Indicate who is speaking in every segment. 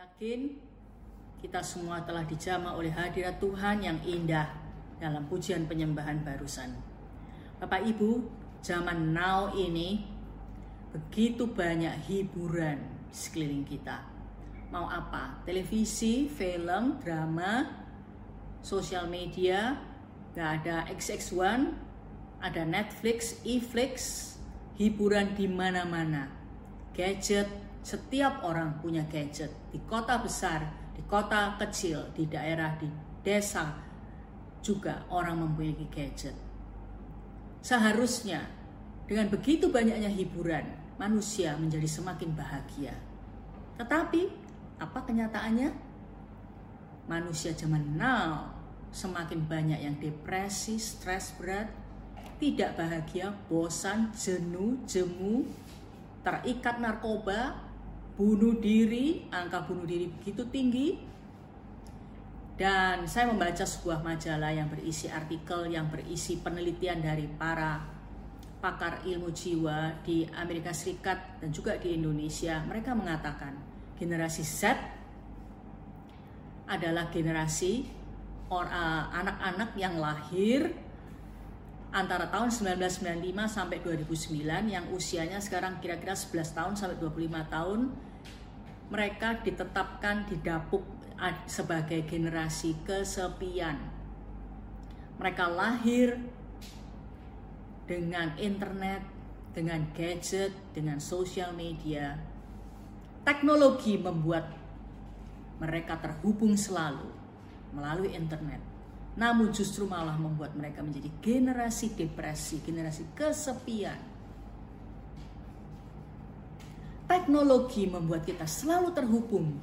Speaker 1: Yakin kita semua telah dijamah oleh hadirat Tuhan yang indah dalam pujian penyembahan barusan. Bapak Ibu, zaman now ini begitu banyak hiburan di sekeliling kita. Mau apa? Televisi, film, drama, sosial media, gak ada XX1, ada Netflix, eFlix, hiburan di mana-mana. Gadget, setiap orang punya gadget. Di kota besar, di kota kecil, di daerah, di desa juga orang memiliki gadget. Seharusnya dengan begitu banyaknya hiburan, manusia menjadi semakin bahagia. Tetapi apa kenyataannya? Manusia zaman now semakin banyak yang depresi, stres berat, tidak bahagia, bosan, jenuh, jemu, terikat narkoba, bunuh diri, angka bunuh diri begitu tinggi. Dan saya membaca sebuah majalah yang berisi artikel, yang berisi penelitian dari para pakar ilmu jiwa di Amerika Serikat dan juga di Indonesia. Mereka mengatakan generasi Z adalah generasi anak-anak yang lahir antara tahun 1995 sampai 2009 yang usianya sekarang kira-kira 11 tahun sampai 25 tahun. Mereka ditetapkan didapuk sebagai generasi kesepian. Mereka lahir dengan internet, dengan gadget, dengan sosial media. Teknologi membuat mereka terhubung selalu melalui internet. Namun justru malah membuat mereka menjadi generasi depresi, generasi kesepian. Teknologi membuat kita selalu terhubung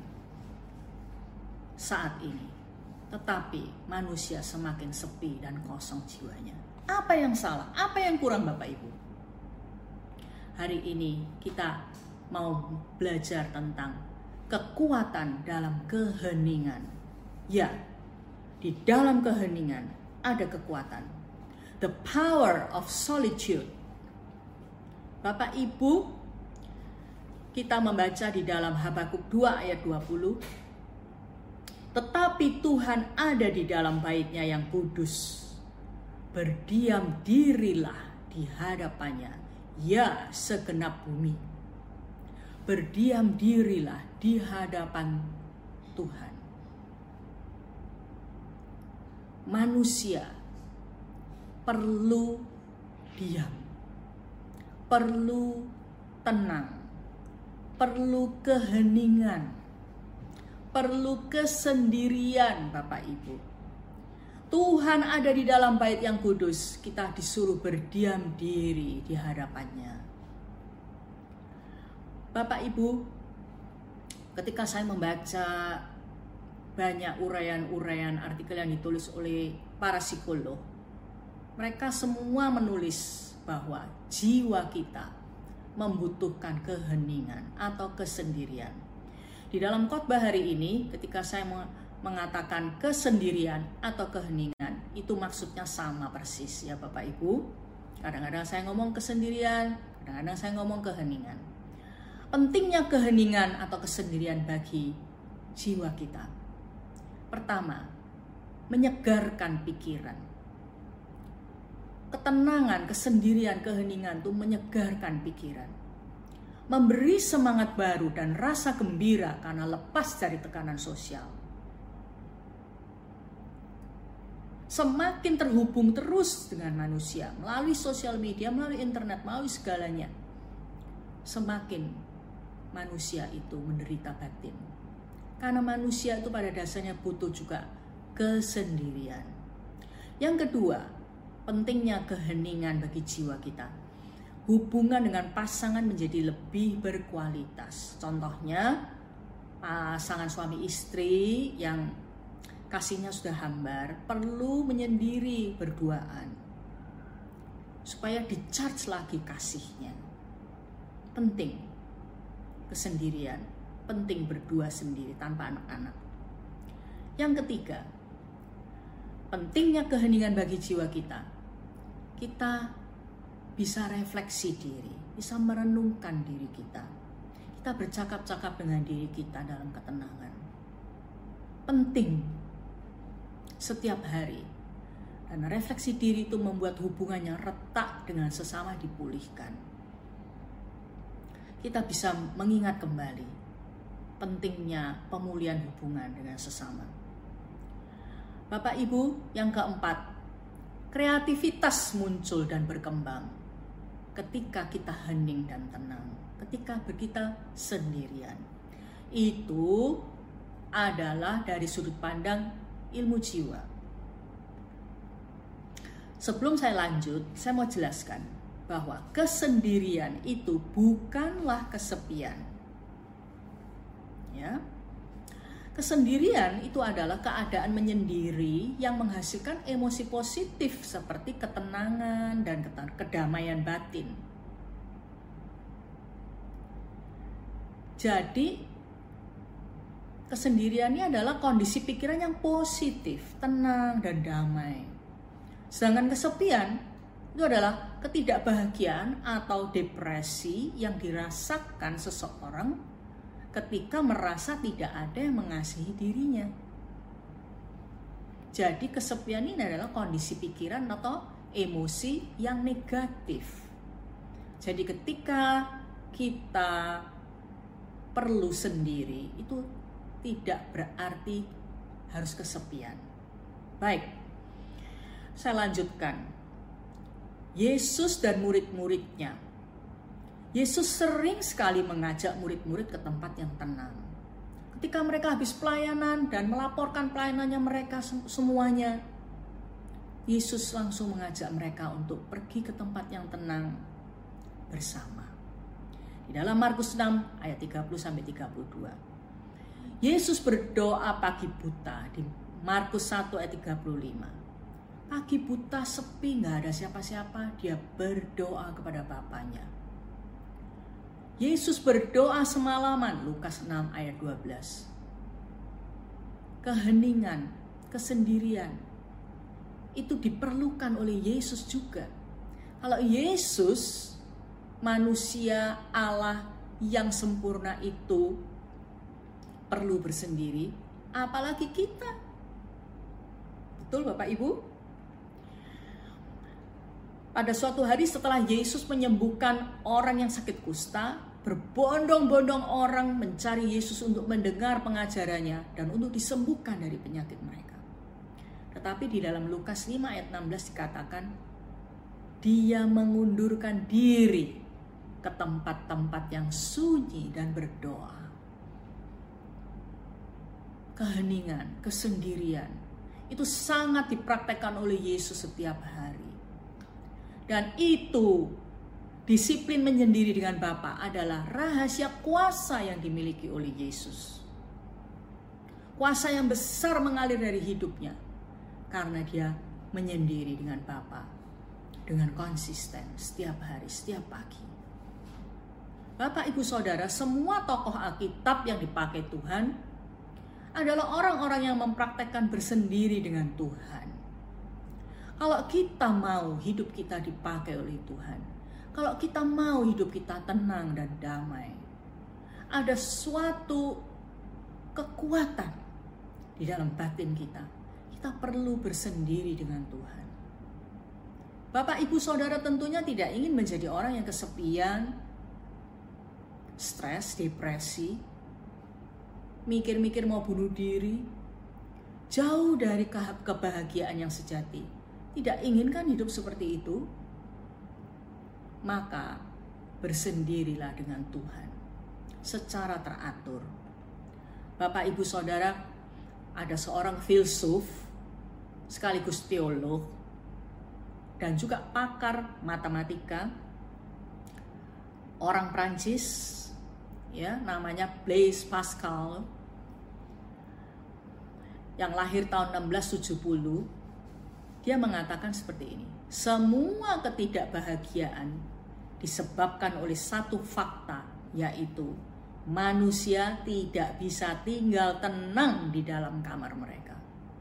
Speaker 1: saat ini. Tetapi manusia semakin sepi dan kosong jiwanya. Apa yang salah? Apa yang kurang Bapak Ibu? Hari ini kita mau belajar tentang kekuatan dalam keheningan. Ya, di dalam keheningan ada kekuatan. The power of solitude. Bapak Ibu, kita membaca di dalam Habakuk 2 ayat 20. Tetapi Tuhan ada di dalam bait-Nya yang kudus. Berdiam dirilah di hadapannya, ya segenap bumi. Berdiam dirilah di hadapan Tuhan. Manusia perlu diam, perlu tenang, perlu keheningan, perlu kesendirian Bapak Ibu. Tuhan ada di dalam bait yang kudus, kita disuruh berdiam diri di hadapannya. Bapak Ibu, ketika saya membaca banyak uraian-uraian artikel yang ditulis oleh para psikolog, mereka semua menulis bahwa jiwa kita membutuhkan keheningan atau kesendirian. Di dalam khotbah hari ini, ketika saya mengatakan kesendirian atau keheningan, itu maksudnya sama persis ya Bapak Ibu. Kadang-kadang saya ngomong kesendirian, kadang-kadang saya ngomong keheningan. Pentingnya keheningan atau kesendirian bagi jiwa kita. Pertama, menyegarkan pikiran. Ketenangan, kesendirian, keheningan itu menyegarkan pikiran. Memberi semangat baru dan rasa gembira karena lepas dari tekanan sosial. Semakin terhubung terus dengan manusia melalui sosial media, melalui internet, melalui segalanya, semakin manusia itu menderita batin. Karena manusia itu pada dasarnya butuh juga kesendirian. Yang kedua, pentingnya keheningan bagi jiwa kita. Hubungan dengan pasangan menjadi lebih berkualitas. Contohnya, pasangan suami istri yang kasihnya sudah hambar, perlu menyendiri berduaan. Supaya di-charge lagi kasihnya. Penting kesendirian. Penting berdua sendiri tanpa anak-anak. Yang ketiga, pentingnya keheningan bagi jiwa kita. Kita bisa refleksi diri, bisa merenungkan diri kita. kita bercakap-cakap dengan diri kita dalam ketenangan. Penting setiap hari. Dan refleksi diri itu membuat hubungan yang retak dengan sesama dipulihkan. Kita bisa mengingat kembali pentingnya pemulihan hubungan dengan sesama. Bapak Ibu, yang keempat, kreativitas muncul dan berkembang ketika kita hening dan tenang, ketika kita sendirian. Itu adalah dari sudut pandang ilmu jiwa. Sebelum saya lanjut, saya mau jelaskan bahwa kesendirian itu bukanlah kesepian. Ya. Kesendirian itu adalah keadaan menyendiri yang menghasilkan emosi positif seperti ketenangan dan kedamaian batin. Jadi, kesendirian ini adalah kondisi pikiran yang positif, tenang dan damai. Sedangkan kesepian itu adalah ketidakbahagiaan atau depresi yang dirasakan seseorang ketika merasa tidak ada yang mengasihi dirinya. Jadi kesepian ini adalah kondisi pikiran atau emosi yang negatif. Jadi ketika kita perlu sendiri, itu tidak berarti harus kesepian. Baik, saya lanjutkan. Yesus dan murid-muridnya. Yesus sering sekali mengajak murid-murid ke tempat yang tenang. Ketika mereka habis pelayanan dan melaporkan pelayanannya mereka semuanya, Yesus langsung mengajak mereka untuk pergi ke tempat yang tenang bersama. Di dalam Markus 6 ayat 30-32. Yesus berdoa pagi buta di Markus 1 ayat 35. Pagi buta sepi, nggak ada siapa-siapa, dia berdoa kepada Bapanya. Yesus berdoa semalaman, Lukas 6 ayat 12. Keheningan, kesendirian, itu diperlukan oleh Yesus juga. Kalau Yesus, manusia Allah yang sempurna itu, perlu bersendiri, apalagi kita. Betul Bapak Ibu? Pada suatu hari setelah Yesus menyembuhkan orang yang sakit kusta, berbondong-bondong orang mencari Yesus untuk mendengar pengajarannya dan untuk disembuhkan dari penyakit mereka. Tetapi di dalam Lukas 5 ayat 16 dikatakan, dia mengundurkan diri ke tempat-tempat yang sunyi dan berdoa. Keheningan, kesendirian, itu sangat dipraktekkan oleh Yesus setiap hari. Dan itu disiplin menyendiri dengan Bapa adalah rahasia kuasa yang dimiliki oleh Yesus. Kuasa yang besar mengalir dari hidupnya karena dia menyendiri dengan Bapa dengan konsisten setiap hari, setiap pagi. Bapak, Ibu, Saudara, semua tokoh Alkitab yang dipakai Tuhan adalah orang-orang yang mempraktekkan bersendiri dengan Tuhan. Kalau kita mau hidup kita dipakai oleh Tuhan, kalau kita mau hidup kita tenang dan damai, ada suatu kekuatan di dalam batin kita. Kita perlu bersendiri dengan Tuhan. Bapak, Ibu, Saudara tentunya tidak ingin menjadi orang yang kesepian, stres, depresi, mikir-mikir mau bunuh diri, jauh dari kebahagiaan yang sejati. Tidak inginkan hidup seperti itu? Maka bersendirilah dengan Tuhan secara teratur. Bapak, Ibu, Saudara, ada seorang filsuf sekaligus teolog dan juga pakar matematika, orang Prancis, ya, namanya Blaise Pascal, yang lahir tahun 1670. Dia mengatakan seperti ini: semua ketidakbahagiaan disebabkan oleh satu fakta, yaitu manusia tidak bisa tinggal tenang di dalam kamar mereka.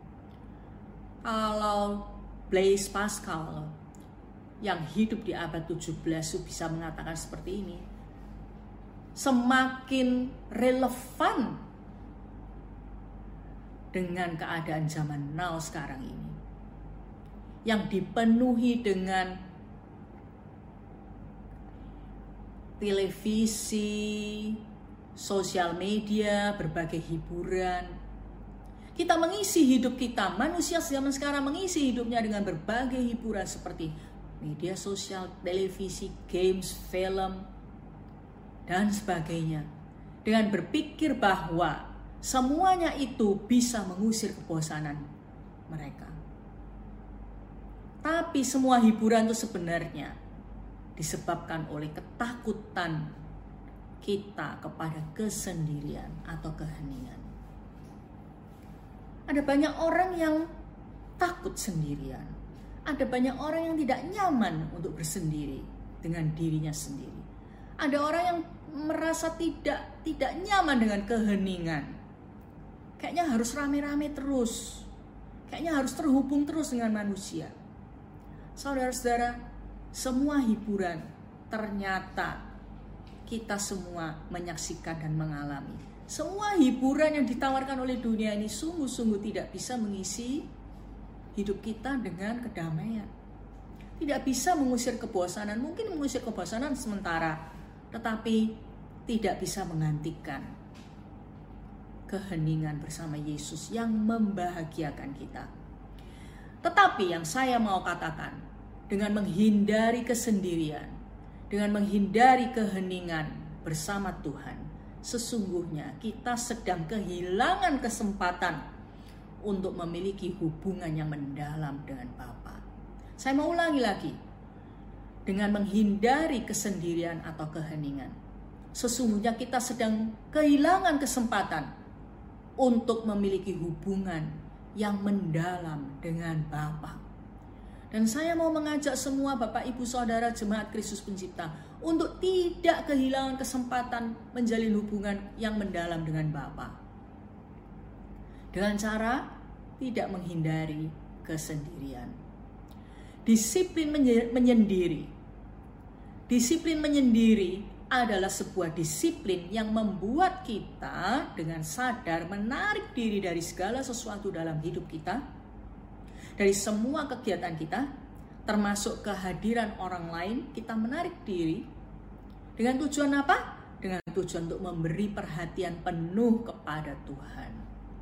Speaker 1: Kalau Blaise Pascal yang hidup di abad 17 bisa mengatakan seperti ini, semakin relevan dengan keadaan zaman now sekarang ini, yang dipenuhi dengan televisi, sosial media, berbagai hiburan. Kita mengisi hidup kita, manusia zaman sekarang mengisi hidupnya dengan berbagai hiburan seperti media sosial, televisi, games, film, dan sebagainya. Dengan berpikir bahwa semuanya itu bisa mengusir kebosanan mereka. Tapi semua hiburan itu sebenarnya disebabkan oleh ketakutan kita kepada kesendirian atau keheningan. Ada banyak orang yang takut sendirian. Ada banyak orang yang tidak nyaman untuk bersendiri dengan dirinya sendiri. Ada orang yang merasa tidak nyaman dengan keheningan. Kayaknya harus rame-rame terus. Kayaknya harus terhubung terus dengan manusia. Saudara-saudara, semua hiburan ternyata kita semua menyaksikan dan mengalami. Semua hiburan yang ditawarkan oleh dunia ini sungguh-sungguh tidak bisa mengisi hidup kita dengan kedamaian. Tidak bisa mengusir kebosanan, mungkin mengusir kebosanan sementara, tetapi tidak bisa menggantikan keheningan bersama Yesus yang membahagiakan kita. Tetapi yang saya mau katakan, dengan menghindari kesendirian, dengan menghindari keheningan bersama Tuhan, sesungguhnya kita sedang kehilangan kesempatan untuk memiliki hubungan yang mendalam dengan Bapa. Saya mau ulangi lagi. Dengan menghindari kesendirian atau keheningan, sesungguhnya kita sedang kehilangan kesempatan untuk memiliki hubungan yang mendalam dengan Bapa. Dan saya mau mengajak semua Bapak Ibu Saudara Jemaat Kristus Pencipta untuk tidak kehilangan kesempatan menjalin hubungan yang mendalam dengan Bapa. Dengan cara tidak menghindari kesendirian. Disiplin menyendiri. Disiplin menyendiri adalah sebuah disiplin yang membuat kita dengan sadar menarik diri dari segala sesuatu dalam hidup kita, dari semua kegiatan kita, termasuk kehadiran orang lain. Kita menarik diri dengan tujuan apa? Dengan tujuan untuk memberi perhatian penuh kepada Tuhan.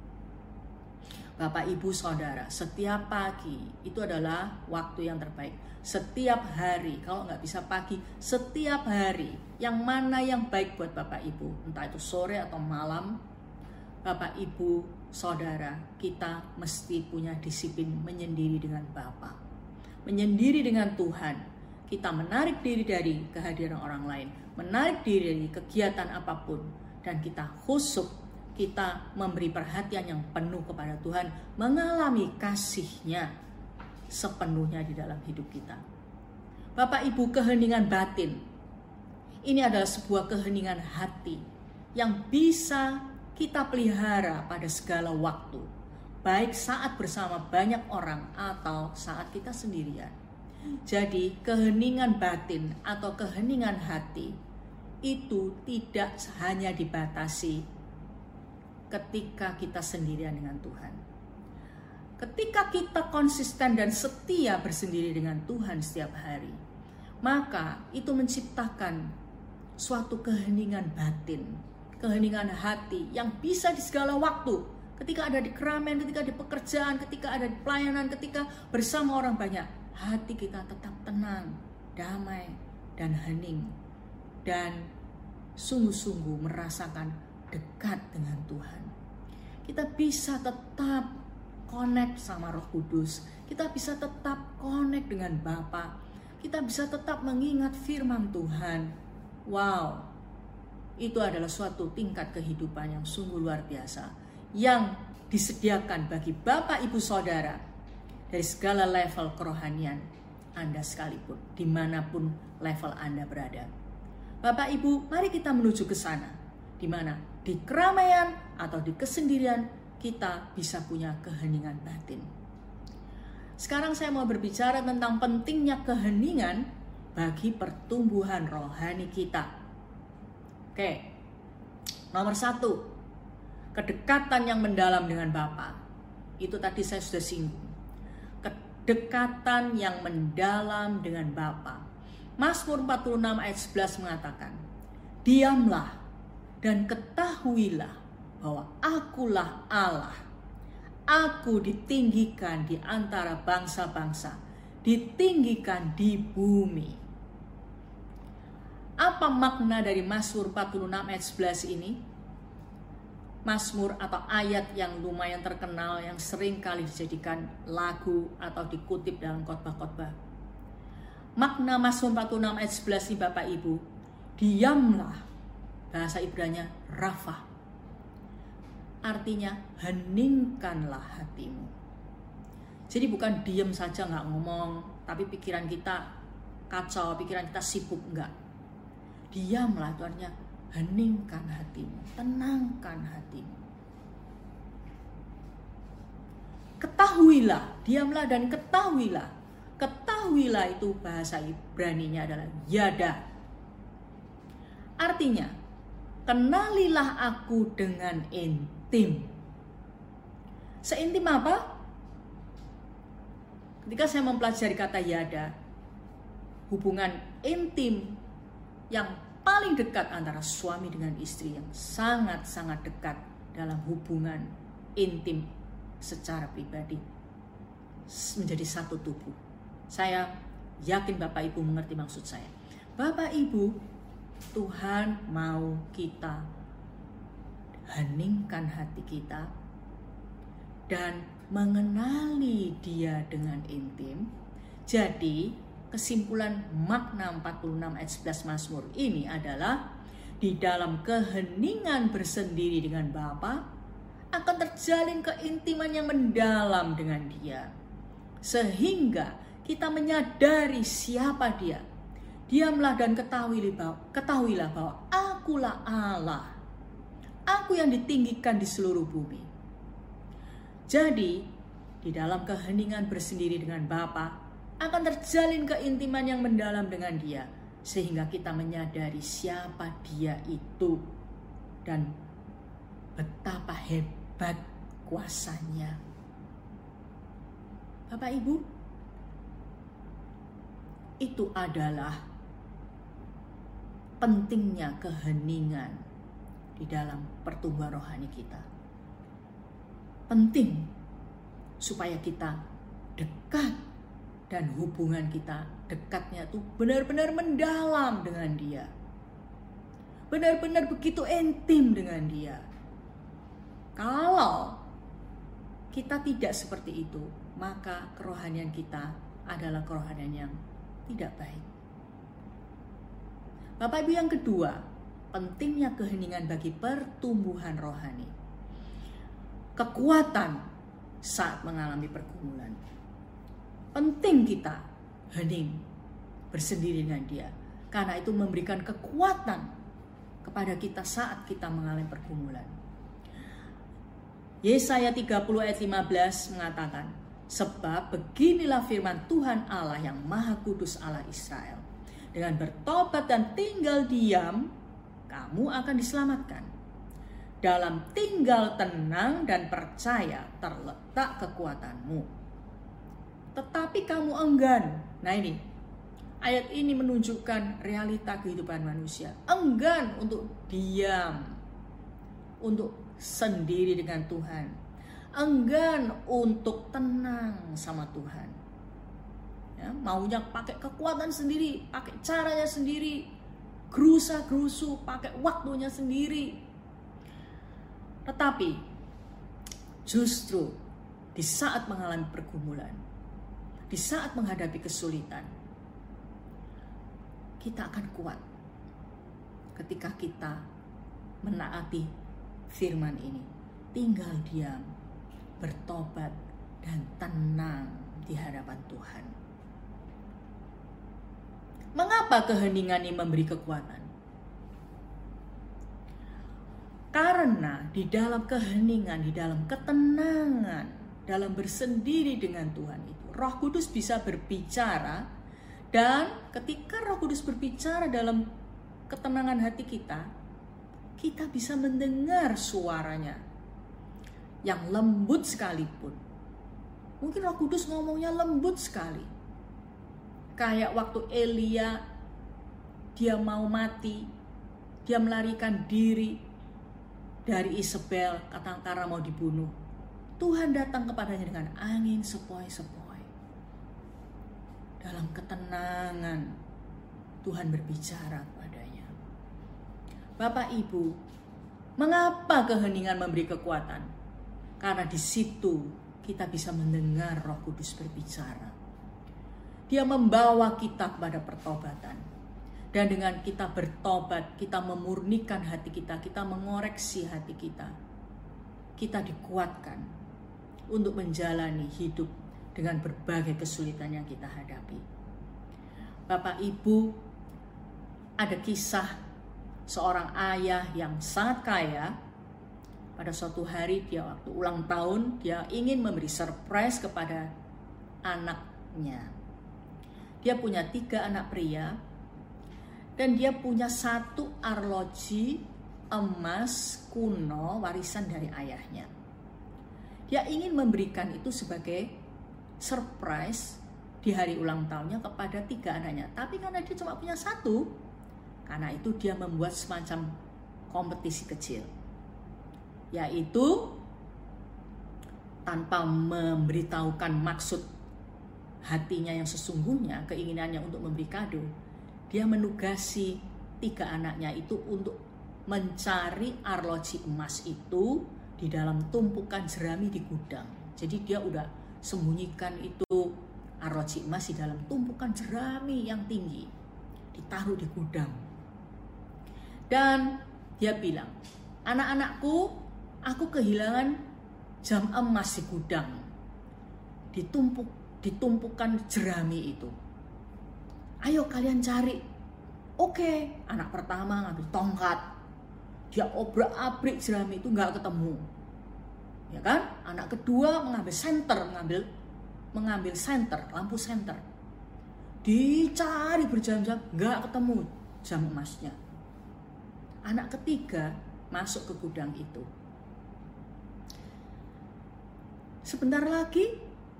Speaker 1: Bapak, Ibu, Saudara, setiap pagi itu adalah waktu yang terbaik. Setiap hari, kalau nggak bisa pagi, setiap hari, yang mana yang baik buat Bapak Ibu, entah itu sore atau malam, Bapak Ibu, Saudara, kita mesti punya disiplin menyendiri dengan Bapa. Menyendiri dengan Tuhan, kita menarik diri dari kehadiran orang lain, menarik diri dari kegiatan apapun, dan kita khusyuk. Kita memberi perhatian yang penuh kepada Tuhan, mengalami kasih-Nya sepenuhnya di dalam hidup kita. Bapak Ibu, keheningan batin ini adalah sebuah keheningan hati yang bisa kita pelihara pada segala waktu, baik saat bersama banyak orang atau saat kita sendirian. Jadi keheningan batin atau keheningan hati itu tidak hanya dibatasi ketika kita sendirian dengan Tuhan. Ketika kita konsisten dan setia bersendiri dengan Tuhan setiap hari, maka itu menciptakan suatu keheningan batin, keheningan hati yang bisa di segala waktu. Ketika ada di keramaian, ketika di pekerjaan, ketika ada di pelayanan, ketika bersama orang banyak, hati kita tetap tenang, damai, dan hening. Dan sungguh-sungguh merasakan dekat dengan Tuhan. Kita bisa tetap connect sama Roh Kudus. Kita bisa tetap connect dengan Bapa. Kita bisa tetap mengingat firman Tuhan. Wow, itu adalah suatu tingkat kehidupan yang sungguh luar biasa, yang disediakan bagi Bapak Ibu Saudara dari segala level kerohanian Anda sekalipun, dimanapun level Anda berada. Bapak Ibu, mari kita menuju ke sana, di mana di keramaian atau di kesendirian kita bisa punya keheningan batin. Sekarang saya mau berbicara tentang pentingnya keheningan bagi pertumbuhan rohani kita. Oke, nomor 1, kedekatan yang mendalam dengan Bapa. Itu tadi saya sudah singgung. Kedekatan yang mendalam dengan Bapa. Mazmur 46 ayat 11 mengatakan, diamlah dan ketahuilah bahwa akulah Allah. Aku ditinggikan di antara bangsa-bangsa, ditinggikan di bumi. Apa makna dari Mazmur 46 ayat 11 ini? Mazmur atau ayat yang lumayan terkenal, yang sering kali dijadikan lagu atau dikutip dalam khotbah-khotbah. Makna Mazmur 46 ayat 11 ini Bapak Ibu, diamlah, bahasa Ibraninya rafah, artinya heningkanlah hatimu. Jadi bukan diam saja nggak ngomong, tapi pikiran kita kacau, pikiran kita sibuk, enggak. Diamlah itu artinya heningkan hatimu, tenangkan hatimu. Ketahuilah, diamlah dan ketahuilah. Ketahuilah itu bahasa Ibraninya adalah yada. Artinya, kenalilah aku dengan intim. Seintim apa? Ketika saya mempelajari kata yada, hubungan intim yang paling dekat antara suami dengan istri, yang sangat-sangat dekat dalam hubungan intim secara pribadi, menjadi satu tubuh. Saya yakin Bapak Ibu mengerti maksud saya. Bapak Ibu, Tuhan mau kita heningkan hati kita dan mengenali Dia dengan intim. Jadi kesimpulan makna 46 ayat 11 Mazmur ini adalah, di dalam keheningan bersendiri dengan Bapa akan terjalin keintiman yang mendalam dengan Dia, sehingga kita menyadari siapa Dia. Diamlah dan ketahuilah bahwa akulah Allah, aku yang ditinggikan di seluruh bumi. Jadi di dalam keheningan bersendiri dengan Bapa akan terjalin keintiman yang mendalam dengan Dia, sehingga kita menyadari siapa Dia itu dan betapa hebat kuasanya. Bapak Ibu, itu adalah pentingnya keheningan di dalam pertumbuhan rohani kita. Penting supaya kita dekat, dan hubungan kita dekatnya itu benar-benar mendalam dengan Dia. Benar-benar begitu intim dengan Dia. Kalau kita tidak seperti itu, maka kerohanian kita adalah kerohanian yang tidak baik. Bapak Ibu, yang kedua, pentingnya keheningan bagi pertumbuhan rohani. Kekuatan saat mengalami pergumulan. Penting kita hening, bersendiri dengan Dia, karena itu memberikan kekuatan kepada kita saat kita mengalami pergumulan. Yesaya 30 ayat 15 mengatakan, sebab beginilah firman Tuhan Allah yang Maha Kudus, Allah Israel, dengan bertobat dan tinggal diam, kamu akan diselamatkan. Dalam tinggal tenang dan percaya terletak kekuatanmu. Tetapi kamu enggan. Nah ini, ayat ini menunjukkan realita kehidupan manusia. Enggan untuk diam, untuk sendiri dengan Tuhan. Enggan untuk tenang sama Tuhan. Ya, maunya pakai kekuatan sendiri, pakai caranya sendiri, gerusa-gerusu, pakai waktunya sendiri. Tetapi justru di saat mengalami pergumulan, di saat menghadapi kesulitan, kita akan kuat ketika kita menaati firman ini. Tinggal diam, bertobat, dan tenang di hadapan Tuhan. Mengapa keheningan ini memberi kekuatan? Karena di dalam keheningan, di dalam ketenangan, dalam bersendiri dengan Tuhan itu, Roh Kudus bisa berbicara, dan ketika Roh Kudus berbicara dalam ketenangan hati kita, kita bisa mendengar suaranya yang lembut sekalipun. Mungkin Roh Kudus ngomongnya lembut sekali. Kayak waktu Elia, dia mau mati, dia melarikan diri dari Isabel karena mau dibunuh. Tuhan datang kepadanya dengan angin sepoi-sepoi. Dalam ketenangan, Tuhan berbicara kepadanya. Bapak Ibu, mengapa keheningan memberi kekuatan? Karena di situ kita bisa mendengar Roh Kudus berbicara. Dia membawa kita kepada pertobatan. Dan dengan kita bertobat, kita memurnikan hati kita, kita mengoreksi hati kita. Kita dikuatkan untuk menjalani hidup dengan berbagai kesulitan yang kita hadapi. Bapak Ibu, ada kisah seorang ayah yang sangat kaya. Pada suatu hari dia waktu ulang tahun, dia ingin memberi surprise kepada anaknya. Dia punya 3 anak pria dan dia punya 1 arloji emas kuno warisan dari ayahnya. Dia ingin memberikan itu sebagai surprise di hari ulang tahunnya kepada 3 anaknya. Tapi karena dia cuma punya 1, karena itu dia membuat semacam kompetisi kecil. Yaitu tanpa memberitahukan maksud hatinya yang sesungguhnya, keinginannya untuk memberi kado, dia menugasi 3 anaknya itu untuk mencari arloji emas itu di dalam tumpukan jerami di gudang. Jadi dia udah sembunyikan itu arloji emas di dalam tumpukan jerami yang tinggi, ditaruh di gudang. Dan dia bilang, anak-anakku, aku kehilangan jam emas di gudang, ditumpukan jerami itu. Ayo kalian cari. Oke, anak pertama ngambil tongkat, dia obrak-abrik jerami itu, nggak ketemu, ya kan? Anak kedua mengambil senter, mengambil senter, lampu senter, dicari berjam-jam, nggak ketemu jam emasnya. Anak ketiga masuk ke gudang itu. Sebentar lagi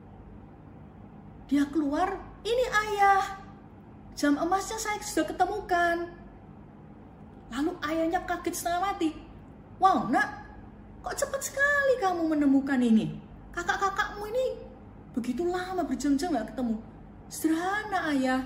Speaker 1: dia keluar, ini ayah, jam emasnya saya sudah ketemukan. Lalu ayahnya kaget setengah mati. Wow, nak, kok cepat sekali kamu menemukan ini? Kakak-kakakmu ini begitu lama berjam-jam gak ketemu. Sederhana ayah.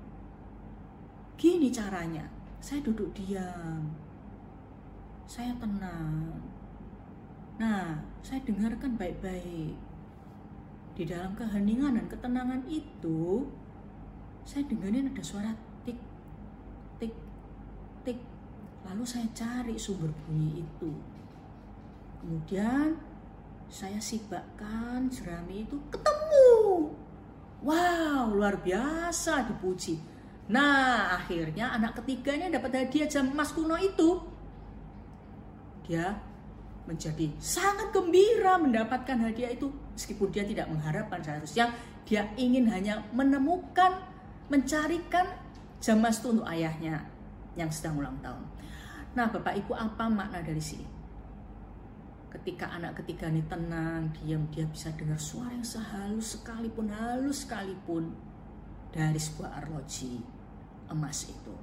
Speaker 1: Gini caranya, saya duduk diam, saya tenang. Nah, saya dengarkan baik-baik. Di dalam keheningan dan ketenangan itu, saya dengerin ada suara tik, tik, tik. Lalu saya cari sumber bunyi itu. Kemudian saya sibakkan jerami itu, ketemu. Wow, luar biasa, dipuji. Nah, akhirnya anak ketiganya dapat hadiah jam emas kuno itu. Dia menjadi sangat gembira mendapatkan hadiah itu, meskipun dia tidak mengharapkan. Seharusnya dia ingin hanya menemukan, mencarikan jam emas itu untuk ayahnya yang sedang ulang tahun. Nah, Bapak Ibu, apa makna dari sini? Ketika anak ketiga ini tenang, diam, dia bisa dengar suara yang halus sekalipun dari sebuah arloji emas itu.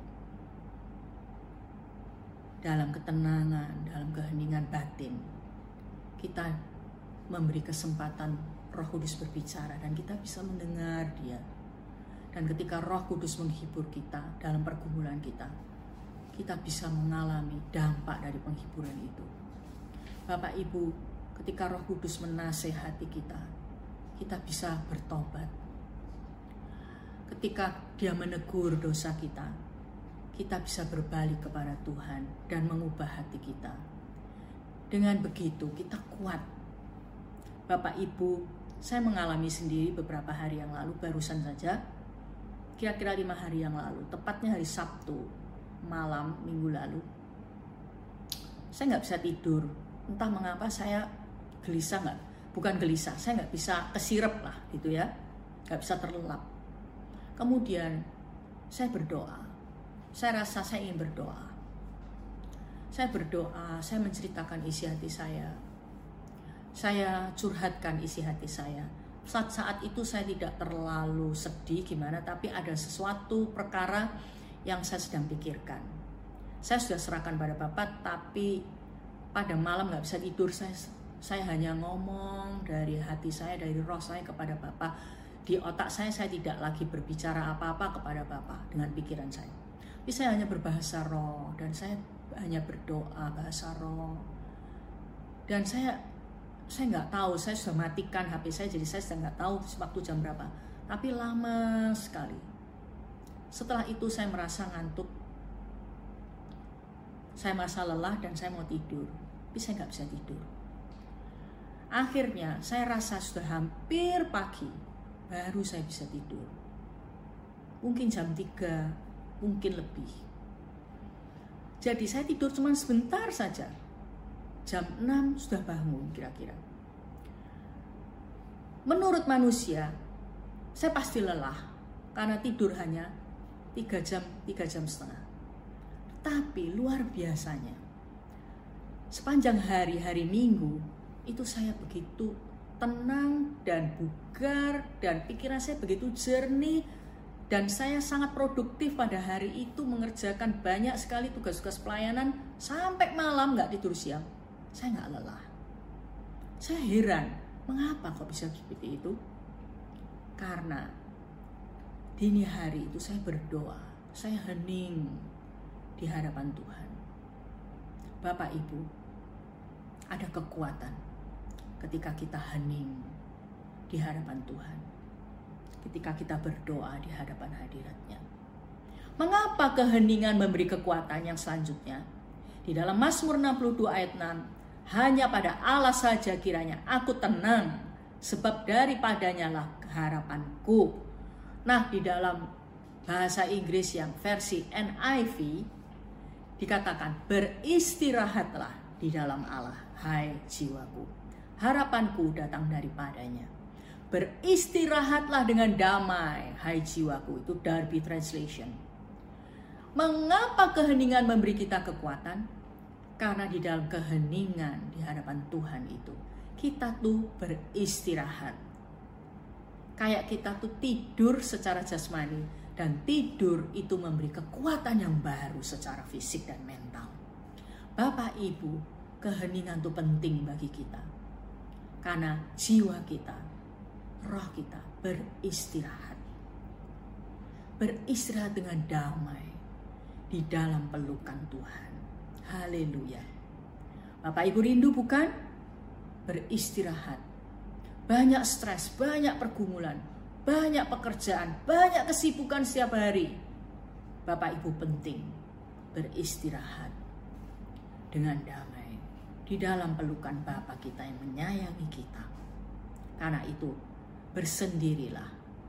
Speaker 1: Dalam ketenangan, dalam keheningan batin, kita memberi kesempatan Roh Kudus berbicara dan kita bisa mendengar dia. Dan ketika Roh Kudus menghibur kita dalam pergumulan kita, kita bisa mengalami dampak dari penghiburan itu. Bapak Ibu, ketika Roh Kudus menasehati kita, kita bisa bertobat. Ketika dia menegur dosa kita, kita bisa berbalik kepada Tuhan dan mengubah hati kita. Dengan begitu kita kuat. Bapak Ibu, saya mengalami sendiri beberapa hari yang lalu, barusan saja, kira-kira 5 hari yang lalu, tepatnya hari Sabtu malam minggu lalu, saya nggak bisa tidur. Entah mengapa saya gelisah, bukan gelisah, saya nggak bisa kesirep lah gitu ya, nggak bisa terlelap. Kemudian saya berdoa. Saya rasa saya ingin berdoa. Saya berdoa, saya menceritakan isi hati saya curhatkan isi hati saya. Saat itu saya tidak terlalu sedih gimana, tapi ada sesuatu perkara yang saya sedang pikirkan. Saya sudah serahkan pada Bapak, tapi pada malam nggak bisa tidur, saya hanya ngomong dari hati saya, dari roh saya kepada Bapak. Di otak saya tidak lagi berbicara apa-apa kepada Bapak dengan pikiran saya. Tapi saya hanya berbahasa roh, dan saya hanya berdoa bahasa roh. Dan saya nggak tahu, saya sudah matikan HP saya, jadi saya sudah nggak tahu waktu jam berapa. Tapi lama sekali. Setelah itu saya merasa ngantuk, saya merasa lelah, dan saya mau tidur. Tapi saya nggak bisa tidur. Akhirnya saya rasa sudah hampir pagi, baru saya bisa tidur. Mungkin jam 3, mungkin lebih. Jadi saya tidur cuma sebentar saja. Jam 6 sudah bangun kira-kira. Menurut manusia, saya pasti lelah karena tidur hanya 3 jam setengah. Tapi luar biasanya, sepanjang hari Minggu itu saya begitu tenang dan bugar, dan pikiran saya begitu jernih, dan saya sangat produktif pada hari itu, mengerjakan banyak sekali tugas-tugas pelayanan sampai malam, nggak tidur siang. Saya nggak lelah. Saya heran, mengapa kok bisa seperti itu? Karena dini hari itu saya berdoa, saya hening di hadapan Tuhan. Bapak Ibu, ada kekuatan ketika kita hening di hadapan Tuhan, ketika kita berdoa di hadapan hadirat-Nya. Mengapa keheningan memberi kekuatan yang selanjutnya? Di dalam Mazmur 62 ayat 6, hanya pada Allah saja kiranya aku tenang, sebab daripadanya lah harapanku. Nah, di dalam bahasa Inggris yang versi NIV dikatakan, beristirahatlah di dalam Allah, hai jiwaku, harapanku datang daripadanya. Beristirahatlah dengan damai, hai jiwaku. Itu Darby Translation. Mengapa keheningan memberi kita kekuatan? Karena di dalam keheningan di hadapan Tuhan itu, kita tuh beristirahat. Kayak kita tuh tidur secara jasmani, dan tidur itu memberi kekuatan yang baru secara fisik dan mental. Bapak Ibu, keheningan itu penting bagi kita. Karena jiwa kita, roh kita beristirahat. Beristirahat dengan damai di dalam pelukan Tuhan. Haleluya. Bapak Ibu rindu bukan? Beristirahat. Banyak stres, banyak pergumulan, banyak pekerjaan, banyak kesibukan setiap hari. Bapak Ibu penting beristirahat dengan damai di dalam pelukan Bapa kita yang menyayangi kita. Karena itu, bersendirilah.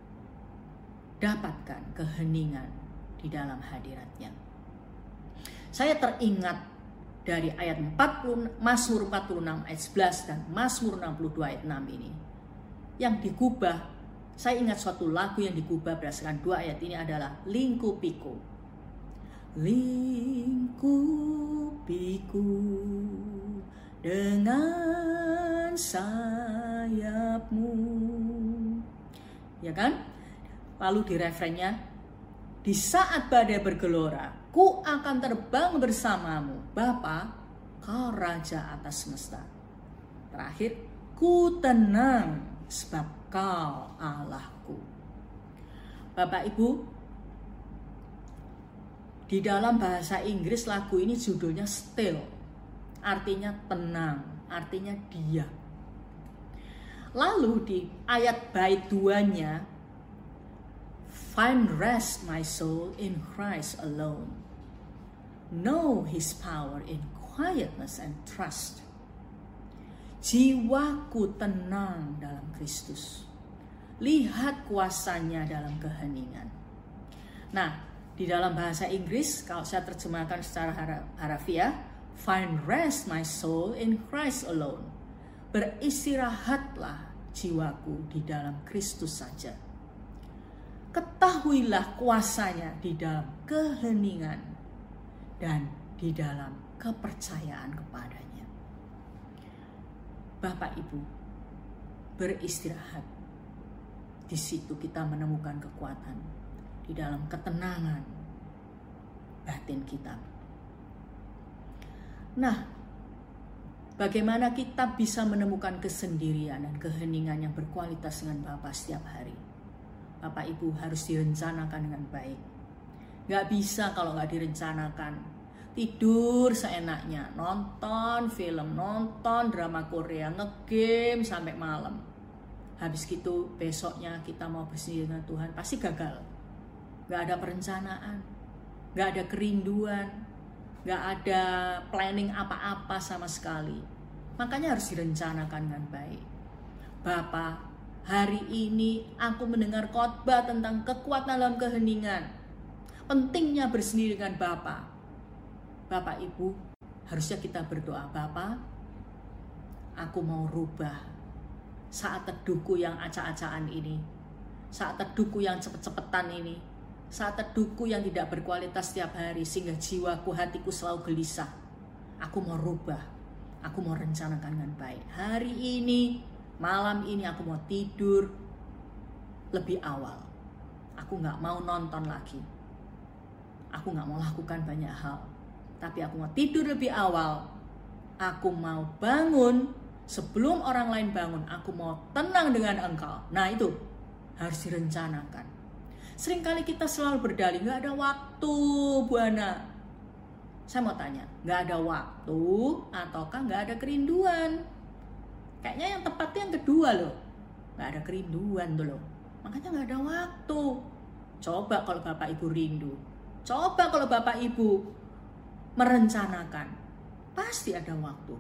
Speaker 1: Dapatkan keheningan di dalam hadirat-Nya. Saya teringat dari ayat 40, Mazmur 46 ayat 11 dan Mazmur 62 ayat 6 ini. Yang digubah, saya ingat suatu lagu yang digubah berdasarkan 2 ayat ini adalah Lingkupiku. Lingkupiku dengan sayapmu. Ya kan? Lalu di refrennya, di saat badai bergelora, ku akan terbang bersamamu, Bapa, kau Raja atas semesta. Terakhir, ku tenang sebab kau Allahku. Bapak Ibu, di dalam bahasa Inggris lagu ini judulnya Still, artinya tenang, artinya diam. Lalu di ayat bait 2-nya, find rest my soul in Christ alone. Know His power in quietness and trust. Jiwaku tenang dalam Kristus. Lihat kuasanya dalam keheningan. Nah, di dalam bahasa Inggris, kalau saya terjemahkan secara harafiah, find rest my soul in Christ alone. Beristirahatlah jiwaku di dalam Kristus saja. Ketahuilah kuasanya di dalam keheningan dan di dalam kepercayaan kepadanya. Bapak Ibu, beristirahat. Di situ kita menemukan kekuatan, di dalam ketenangan batin kita. Nah, bagaimana kita bisa menemukan kesendirian dan keheningan yang berkualitas dengan Bapa setiap hari? Bapak Ibu, harus direncanakan dengan baik. Gak bisa kalau gak direncanakan. Tidur seenaknya, nonton film, nonton drama Korea, ngegame sampai malam. Habis gitu besoknya kita mau bersendiri dengan Tuhan, pasti gagal. Gak ada perencanaan, gak ada kerinduan, gak ada planning apa-apa sama sekali. Makanya harus direncanakan dengan baik. Bapa, hari ini aku mendengar khotbah tentang kekuatan dalam keheningan. Pentingnya bersendiri dengan Bapa. Bapak Ibu, harusnya kita berdoa, Bapa, aku mau rubah saat teduhku yang acak-acakan ini, saat teduhku yang cepet-cepetan ini, saat teduhku yang tidak berkualitas setiap hari, sehingga jiwaku, hatiku selalu gelisah. Aku mau rubah, aku mau rencanakan dengan baik. Hari ini, malam ini aku mau tidur lebih awal. Aku gak mau nonton lagi. Aku gak mau lakukan banyak hal. Tapi aku mau tidur lebih awal. Aku mau bangun sebelum orang lain bangun. Aku mau tenang dengan Engkau. Nah itu harus direncanakan. Seringkali kita selalu berdalih, gak ada waktu Bu Ana. Saya mau tanya, gak ada waktu ataukah gak ada kerinduan? Kayaknya yang tepatnya yang kedua loh. Gak ada kerinduan tuh loh. Makanya gak ada waktu. Coba kalau Bapak Ibu rindu. Coba kalau Bapak Ibu merencanakan. Pasti ada waktu.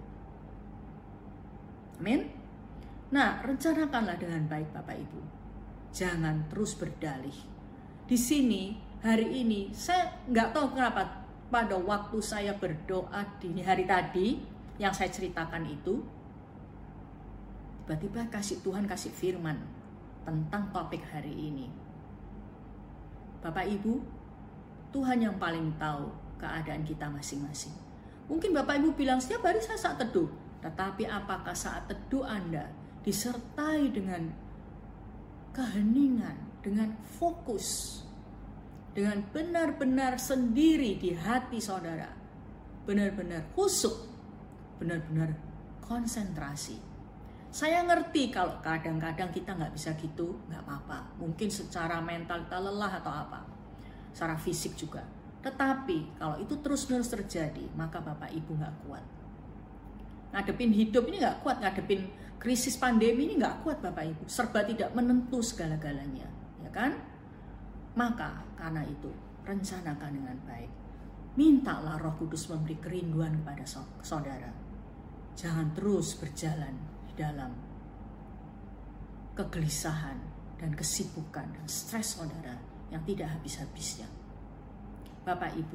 Speaker 1: Amin. Nah, rencanakanlah dengan baik Bapak Ibu. Jangan terus berdalih. Di sini, hari ini, saya nggak tahu kenapa pada waktu saya berdoa di hari tadi, yang saya ceritakan itu, tiba-tiba Tuhan kasih firman tentang topik hari ini. Bapak Ibu, Tuhan yang paling tahu keadaan kita masing-masing. Mungkin Bapak Ibu bilang, setiap hari saya saat teduh. Tetapi apakah saat teduh Anda disertai dengan keheningan, dengan fokus, dengan benar-benar sendiri di hati saudara, benar-benar khusyuk, benar-benar konsentrasi. Saya ngerti kalau kadang-kadang kita nggak bisa gitu, nggak apa-apa. Mungkin secara mental kita lelah atau apa, secara fisik juga. Tetapi kalau itu terus-menerus terjadi, maka Bapak Ibu nggak kuat. Ngadepin hidup ini nggak kuat, ngadepin krisis pandemi ini nggak kuat Bapak Ibu. Serba tidak menentu segala-galanya, ya kan? Maka karena itu rencanakan dengan baik. Mintalah Roh Kudus memberi kerinduan kepada saudara. Jangan terus berjalan di dalam kegelisahan dan kesibukan dan stres saudara yang tidak habis-habisnya. Bapak Ibu,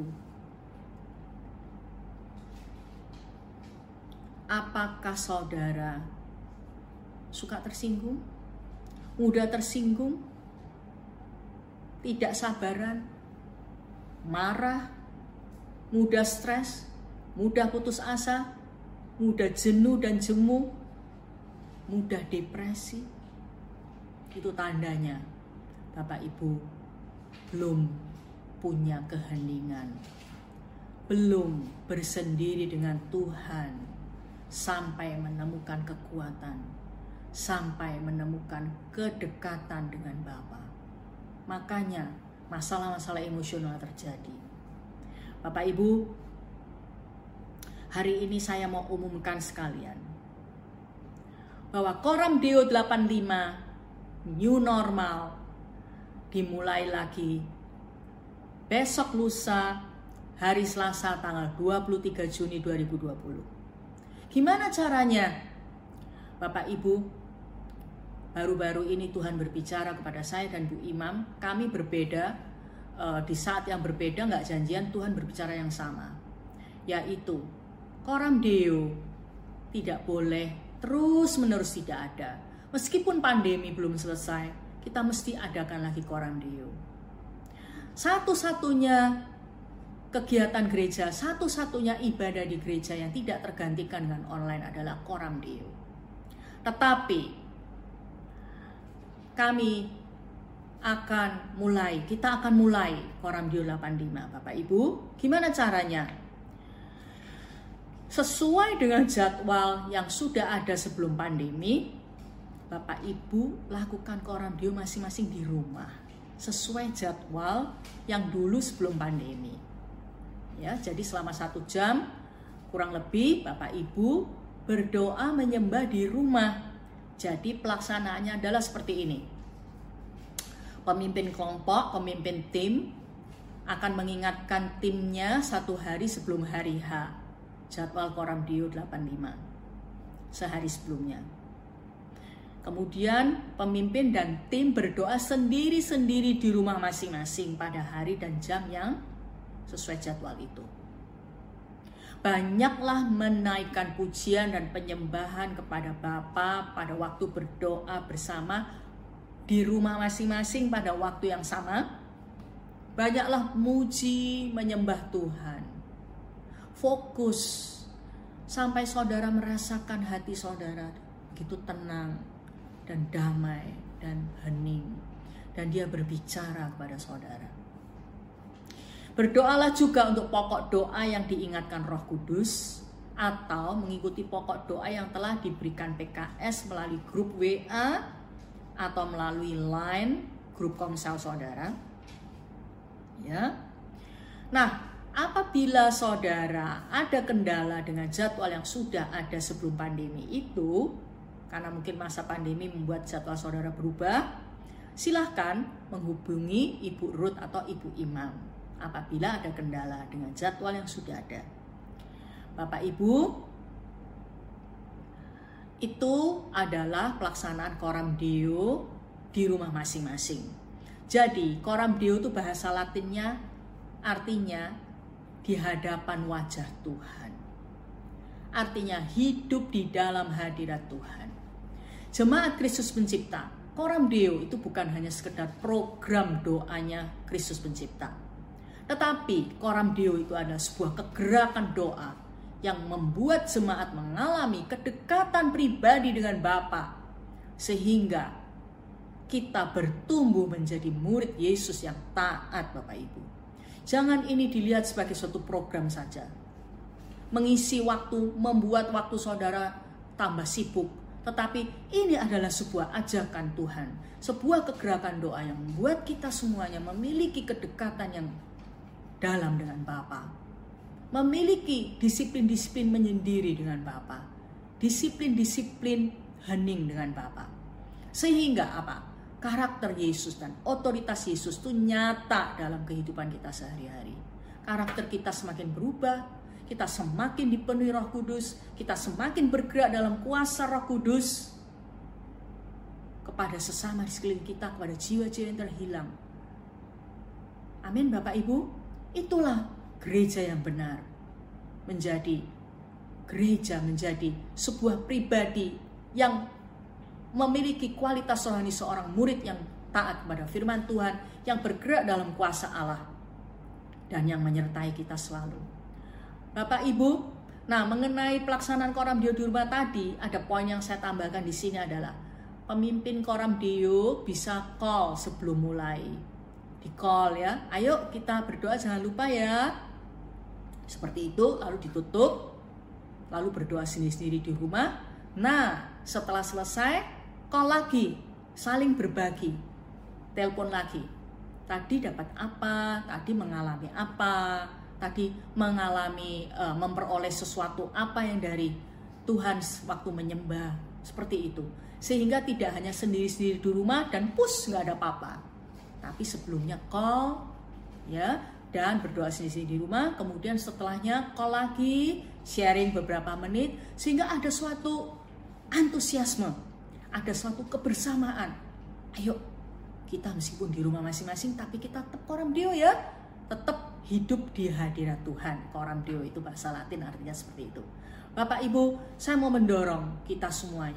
Speaker 1: apakah saudara suka tersinggung? Mudah tersinggung? Tidak sabaran? Marah? Mudah stres? Mudah putus asa? Mudah jenuh dan jemu? Mudah depresi? Itu tandanya Bapak Ibu belum punya keheningan, belum bersendiri dengan Tuhan sampai menemukan kekuatan, sampai menemukan kedekatan dengan Bapa. Makanya masalah-masalah emosional terjadi. Bapak Ibu, hari ini saya mau umumkan sekalian bahwa Coram Deo 85 New Normal dimulai lagi besok lusa hari Selasa tanggal 23 Juni 2020. Gimana caranya? Bapak Ibu, baru-baru ini Tuhan berbicara kepada saya dan Bu Imam. Kami berbeda, di saat yang berbeda, nggak janjian, Tuhan berbicara yang sama. Yaitu, Coram Deo tidak boleh terus-menerus tidak ada. Meskipun pandemi belum selesai, kita mesti adakan lagi Coram Deo. Satu-satunya kegiatan gereja, satu-satunya ibadah di gereja yang tidak tergantikan dengan online adalah Coram Deo. Tetapi kita akan mulai Coram Deo 85, Bapak Ibu. Gimana caranya? Sesuai dengan jadwal yang sudah ada sebelum pandemi, Bapak Ibu lakukan Coram Deo masing-masing di rumah, sesuai jadwal yang dulu sebelum pandemi. Ya, jadi selama 1 jam kurang lebih Bapak Ibu berdoa menyembah di rumah. Jadi pelaksanaannya adalah seperti ini. Pemimpin kelompok, pemimpin tim akan mengingatkan timnya 1 hari sebelum hari H. Jadwal Coram Deo 85 sehari sebelumnya. Kemudian pemimpin dan tim berdoa sendiri-sendiri di rumah masing-masing pada hari dan jam yang sesuai jadwal itu. Banyaklah menaikkan pujian dan penyembahan kepada Bapa pada waktu berdoa bersama di rumah masing-masing pada waktu yang sama. Banyaklah muji menyembah Tuhan. Fokus sampai saudara merasakan hati saudara begitu tenang dan damai dan hening, dan dia berbicara kepada saudara. Berdoalah juga untuk pokok doa yang diingatkan Roh Kudus, atau mengikuti pokok doa yang telah diberikan PKS melalui grup WA atau melalui Line grup komsel saudara. Ya. Nah, apabila saudara ada kendala dengan jadwal yang sudah ada sebelum pandemi itu, karena mungkin masa pandemi membuat jadwal saudara berubah, silahkan menghubungi Ibu Ruth atau Ibu Imam apabila ada kendala dengan jadwal yang sudah ada. Bapak Ibu, itu adalah pelaksanaan Coram Deo di rumah masing-masing. Jadi Coram Deo itu bahasa Latinnya artinya di hadapan wajah Tuhan. Artinya hidup di dalam hadirat Tuhan. Jemaat Kristus Pencipta, Coram Deo itu bukan hanya sekedar program doanya Kristus Pencipta. Tetapi Coram Deo itu adalah sebuah kegerakan doa yang membuat jemaat mengalami kedekatan pribadi dengan Bapa, sehingga kita bertumbuh menjadi murid Yesus yang taat, Bapak Ibu. Jangan ini dilihat sebagai suatu program saja, mengisi waktu, membuat waktu saudara tambah sibuk. Tetapi ini adalah sebuah ajakan Tuhan, sebuah kegerakan doa yang membuat kita semuanya memiliki kedekatan yang dalam dengan Bapa, memiliki disiplin-disiplin menyendiri dengan Bapa, disiplin-disiplin hening dengan Bapa. Sehingga apa? Karakter Yesus dan otoritas Yesus itu nyata dalam kehidupan kita sehari-hari. Karakter kita semakin berubah, kita semakin dipenuhi Roh Kudus, kita semakin bergerak dalam kuasa Roh Kudus kepada sesama di sekeliling kita, kepada jiwa-jiwa yang terhilang. Amin Bapak Ibu, itulah gereja yang benar. Menjadi gereja, menjadi sebuah pribadi yang memiliki kualitas rohani seorang murid yang taat kepada firman Tuhan, yang bergerak dalam kuasa Allah, dan yang menyertai kita selalu. Bapak Ibu, nah mengenai pelaksanaan Coram Deo di rumah tadi, ada poin yang saya tambahkan di sini adalah pemimpin Coram Deo bisa call sebelum mulai. Di call ya, ayo kita berdoa jangan lupa ya. Seperti itu, lalu ditutup, lalu berdoa sendiri-sendiri di rumah. Nah, setelah selesai, call lagi, saling berbagi, telepon lagi. Tadi dapat apa, tadi mengalami apa, tadi mengalami memperoleh sesuatu apa yang dari Tuhan waktu menyembah, seperti itu. Sehingga tidak hanya sendiri-sendiri di rumah dan push nggak ada apa-apa, tapi sebelumnya call ya, dan berdoa sendiri-sendiri di rumah. Kemudian setelahnya call lagi, sharing beberapa menit, sehingga ada suatu antusiasme, ada suatu kebersamaan. Ayo kita meskipun di rumah masing-masing, tapi kita tetap Coram Deo ya, tetap hidup di hadirat Tuhan. Coram Deo itu bahasa Latin artinya seperti itu. Bapak Ibu, saya mau mendorong kita semuanya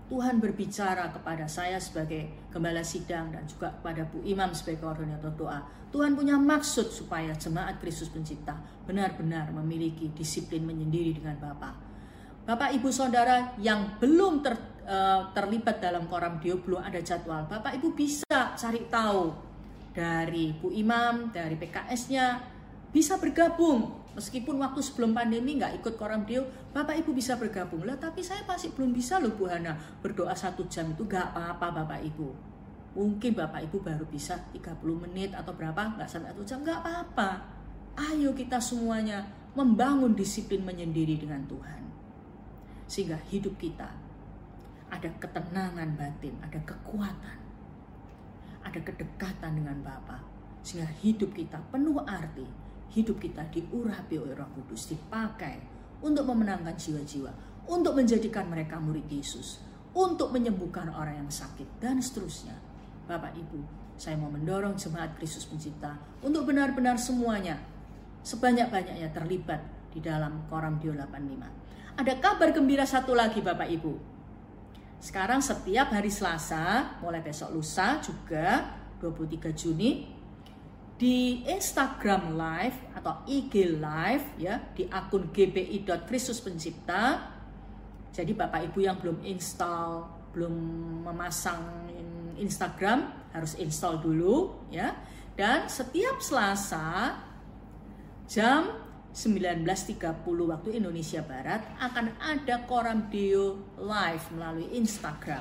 Speaker 1: Tuhan berbicara kepada saya sebagai gembala sidang dan juga kepada Bu Imam sebagai koordinator doa. Tuhan punya maksud supaya jemaat Kristus Pencipta benar-benar memiliki disiplin menyendiri dengan Bapa. Bapak Ibu Saudara yang belum terlibat dalam Koram Deo, belum ada jadwal, Bapak Ibu bisa cari tahu dari Bu Imam, dari PKS-nya, bisa bergabung. Meskipun waktu sebelum pandemi nggak ikut Koram Deo, Bapak Ibu bisa bergabung. Lah tapi saya masih belum bisa loh Bu Hana, berdoa 1 jam itu nggak apa-apa Bapak Ibu. Mungkin Bapak Ibu baru bisa 30 menit atau berapa, nggak sampai 1 jam, nggak apa-apa. Ayo kita semuanya membangun disiplin menyendiri dengan Tuhan. Sehingga hidup kita ada ketenangan batin, ada kekuatan, ada kedekatan dengan Bapa. Sehingga hidup kita penuh arti. Hidup kita diurapi oleh Roh Kudus, dipakai untuk memenangkan jiwa-jiwa, untuk menjadikan mereka murid Yesus, untuk menyembuhkan orang yang sakit, dan seterusnya. Bapak Ibu, saya mau mendorong jemaat Kristus Pencipta untuk benar-benar semuanya, sebanyak-banyaknya terlibat di dalam Koram Deo 85. Ada kabar gembira satu lagi Bapak Ibu. Sekarang setiap hari Selasa, mulai besok lusa juga, 23 Juni, di Instagram Live atau IG Live ya, di akun gbi.kristuspencipta. Jadi Bapak Ibu yang belum install, belum memasang Instagram, harus install dulu ya. Dan setiap Selasa jam 19.30 waktu Indonesia Barat akan ada Koram Deo Live melalui Instagram.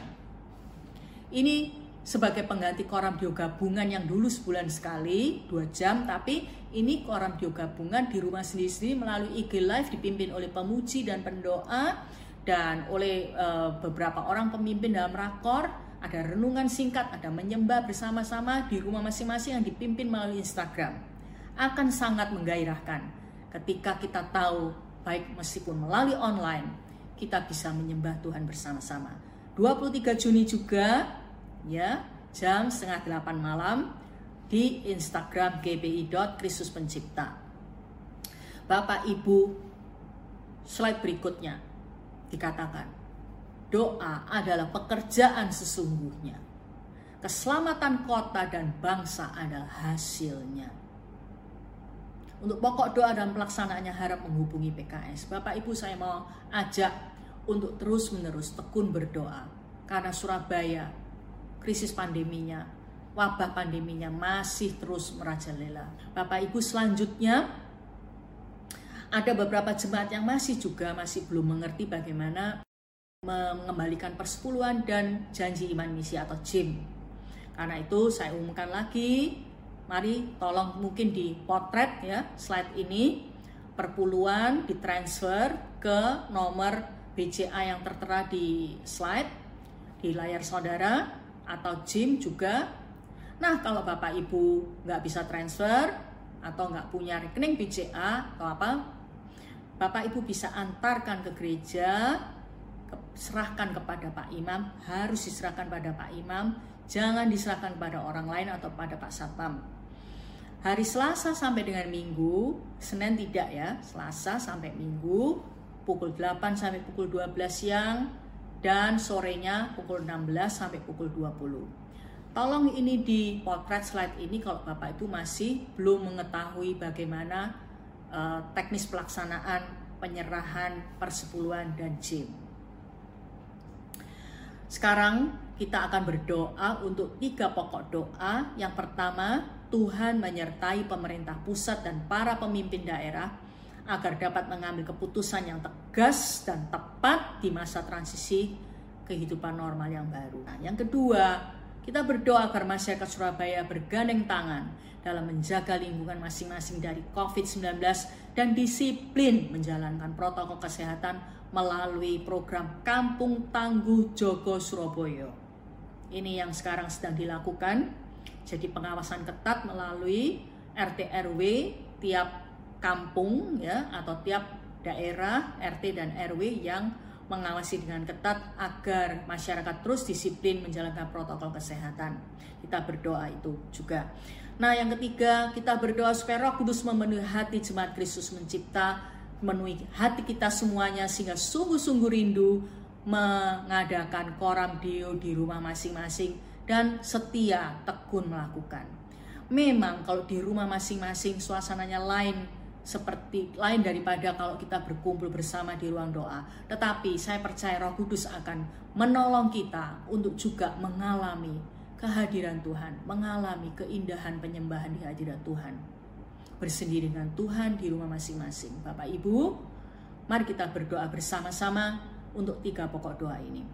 Speaker 1: Ini sebagai pengganti Koram Deo gabungan yang dulu sebulan sekali 2 jam, tapi ini Koram Deo gabungan di rumah sendiri-sendiri melalui IG Live, dipimpin oleh pemuji dan pendoa dan oleh beberapa orang pemimpin dalam rakor. Ada renungan singkat, ada menyembah bersama-sama di rumah masing-masing yang dipimpin melalui Instagram. Akan sangat menggairahkan ketika kita tahu, baik meskipun melalui online, kita bisa menyembah Tuhan bersama-sama. 23 Juni juga ya, jam 7:30 malam di Instagram gbi.kristuspencipta. Bapak Ibu, slide berikutnya dikatakan, doa adalah pekerjaan sesungguhnya. Keselamatan kota dan bangsa adalah hasilnya. Untuk pokok doa dan pelaksanaannya harap menghubungi PKS. Bapak Ibu, saya mau ajak untuk terus-menerus tekun berdoa. Karena Surabaya, krisis pandeminya, wabah pandeminya masih terus merajalela. Bapak Ibu, selanjutnya ada beberapa jemaat yang masih belum mengerti bagaimana mengembalikan persepuluhan dan janji iman misi atau JIM. Karena itu saya umumkan lagi, mari tolong mungkin dipotret ya slide ini, perpuluhan ditransfer ke nomor BCA yang tertera di slide di layar saudara, atau JIM juga. Nah, kalau Bapak Ibu nggak bisa transfer atau nggak punya rekening BCA atau apa, Bapak Ibu bisa antarkan ke gereja, serahkan kepada Pak Imam, harus diserahkan pada Pak Imam, jangan diserahkan kepada orang lain atau pada Pak Satpam. Hari Selasa sampai dengan Minggu, Senin tidak ya, Selasa sampai Minggu, pukul 8 sampai pukul 12 siang, dan sorenya pukul 16 sampai pukul 20. Tolong ini di potret slide ini kalau Bapak Ibu masih belum mengetahui bagaimana teknis pelaksanaan penyerahan persepuluhan dan JIM. Sekarang kita akan berdoa untuk 3 pokok doa. Yang pertama, Tuhan menyertai pemerintah pusat dan para pemimpin daerah agar dapat mengambil keputusan yang tegas dan tepat di masa transisi kehidupan normal yang baru. Nah, yang kedua, kita berdoa agar masyarakat Surabaya bergandeng tangan dalam menjaga lingkungan masing-masing dari COVID-19 dan disiplin menjalankan protokol kesehatan melalui program Kampung Tangguh Jogo Surabaya. Ini yang sekarang sedang dilakukan. Jadi pengawasan ketat melalui RT RW tiap kampung ya, atau tiap daerah RT dan RW yang mengawasi dengan ketat agar masyarakat terus disiplin menjalankan protokol kesehatan. Kita berdoa itu juga. Nah, yang ketiga, kita berdoa supaya Roh Kudus memenuhi hati jemaat Kristus Mencipta, memenuhi hati kita semuanya sehingga sungguh-sungguh rindu mengadakan koram deo di rumah masing-masing dan setia tekun melakukan. Memang kalau di rumah masing-masing suasananya lain daripada kalau kita berkumpul bersama di ruang doa. Tetapi saya percaya Roh Kudus akan menolong kita untuk juga mengalami kehadiran Tuhan, mengalami keindahan penyembahan di hadirat Tuhan, bersendiri dengan Tuhan di rumah masing-masing. Bapak Ibu, mari kita berdoa bersama-sama untuk 3 pokok doa ini.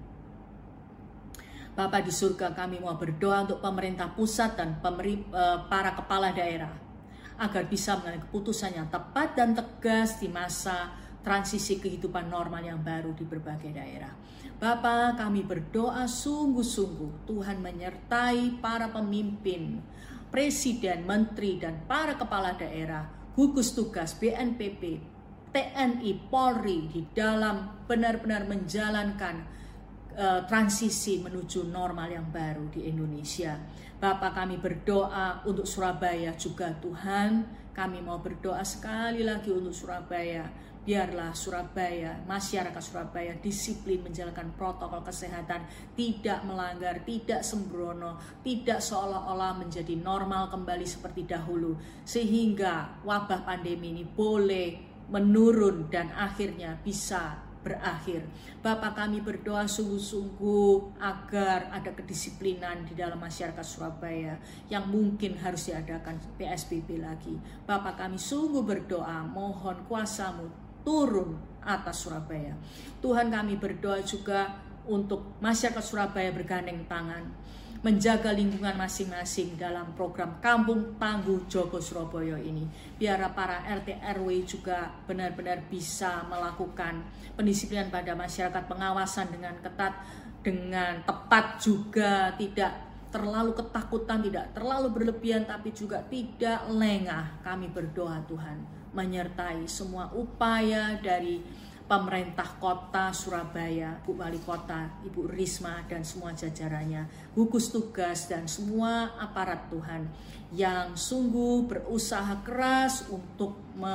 Speaker 1: Bapa di surga, kami mau berdoa untuk pemerintah pusat dan para kepala daerah agar bisa mengambil keputusan yang tepat dan tegas di masa transisi kehidupan normal yang baru di berbagai daerah. Bapa, kami berdoa sungguh-sungguh Tuhan menyertai para pemimpin, presiden, menteri, dan para kepala daerah, gugus tugas, BNPB, TNI, Polri di dalam benar-benar menjalankan transisi menuju normal yang baru di Indonesia. Bapak, kami berdoa untuk Surabaya juga Tuhan. Kami mau berdoa sekali lagi untuk Surabaya. Biarlah Surabaya, masyarakat Surabaya disiplin menjalankan protokol kesehatan, tidak melanggar, tidak sembrono, tidak seolah-olah menjadi normal kembali seperti dahulu, sehingga wabah pandemi ini boleh menurun dan akhirnya bisa berakhir. Bapak, kami berdoa sungguh-sungguh agar ada kedisiplinan di dalam masyarakat Surabaya yang mungkin harus diadakan PSBB lagi. Bapak, kami sungguh berdoa, mohon kuasa-Mu turun atas Surabaya. Tuhan, kami berdoa juga untuk masyarakat Surabaya bergandeng tangan, menjaga lingkungan masing-masing dalam program Kampung Tangguh Jogo Surabaya ini. Biar para RT RW juga benar-benar bisa melakukan pendisiplinan pada masyarakat, pengawasan dengan ketat, dengan tepat juga, tidak terlalu ketakutan, tidak terlalu berlebihan, tapi juga tidak lengah. Kami berdoa Tuhan menyertai semua upaya dari pemerintah kota Surabaya, Bu Wali Kota, Ibu Risma, dan semua jajarannya, gugus tugas, dan semua aparat Tuhan yang sungguh berusaha keras untuk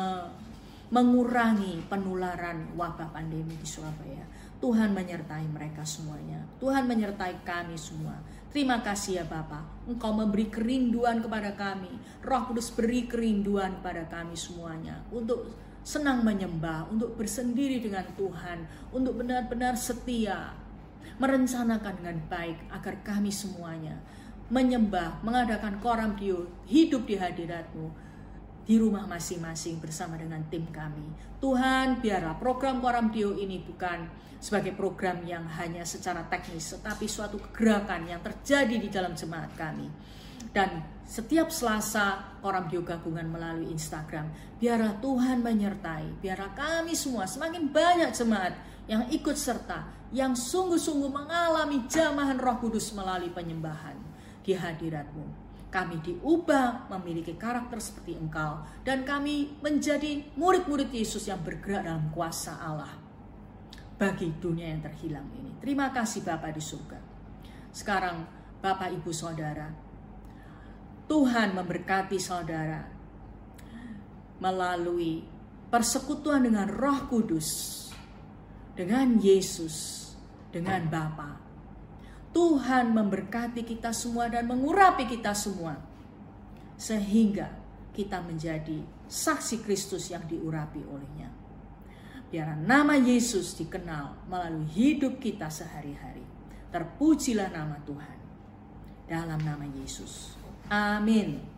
Speaker 1: mengurangi penularan wabah pandemi di Surabaya. Tuhan menyertai mereka semuanya. Tuhan menyertai kami semua. Terima kasih ya Bapa, Engkau memberi kerinduan kepada kami. Roh Kudus beri kerinduan kepada kami semuanya untuk senang menyembah, untuk bersendiri dengan Tuhan, untuk benar-benar setia, merencanakan dengan baik agar kami semuanya menyembah, mengadakan koram deo, hidup di hadirat-Mu, di rumah masing-masing bersama dengan tim kami. Tuhan, biarlah program koram deo ini bukan sebagai program yang hanya secara teknis, tetapi suatu gerakan yang terjadi di dalam jemaat kami. Dan setiap Selasa koram deo gabungan melalui Instagram. Biarlah Tuhan menyertai, biarlah kami semua semakin banyak jemaat yang ikut serta, yang sungguh-sungguh mengalami jamahan Roh Kudus melalui penyembahan di hadirat-Mu. Kami diubah memiliki karakter seperti Engkau, dan kami menjadi murid-murid Yesus yang bergerak dalam kuasa Allah bagi dunia yang terhilang ini. Terima kasih Bapa di surga. Sekarang Bapak, Ibu, Saudara, Tuhan memberkati saudara melalui persekutuan dengan Roh Kudus, dengan Yesus, dengan Bapa. Tuhan memberkati kita semua dan mengurapi kita semua, sehingga kita menjadi saksi Kristus yang diurapi olehnya. Biar nama Yesus dikenal melalui hidup kita sehari-hari. Terpujilah nama Tuhan dalam nama Yesus. Amin.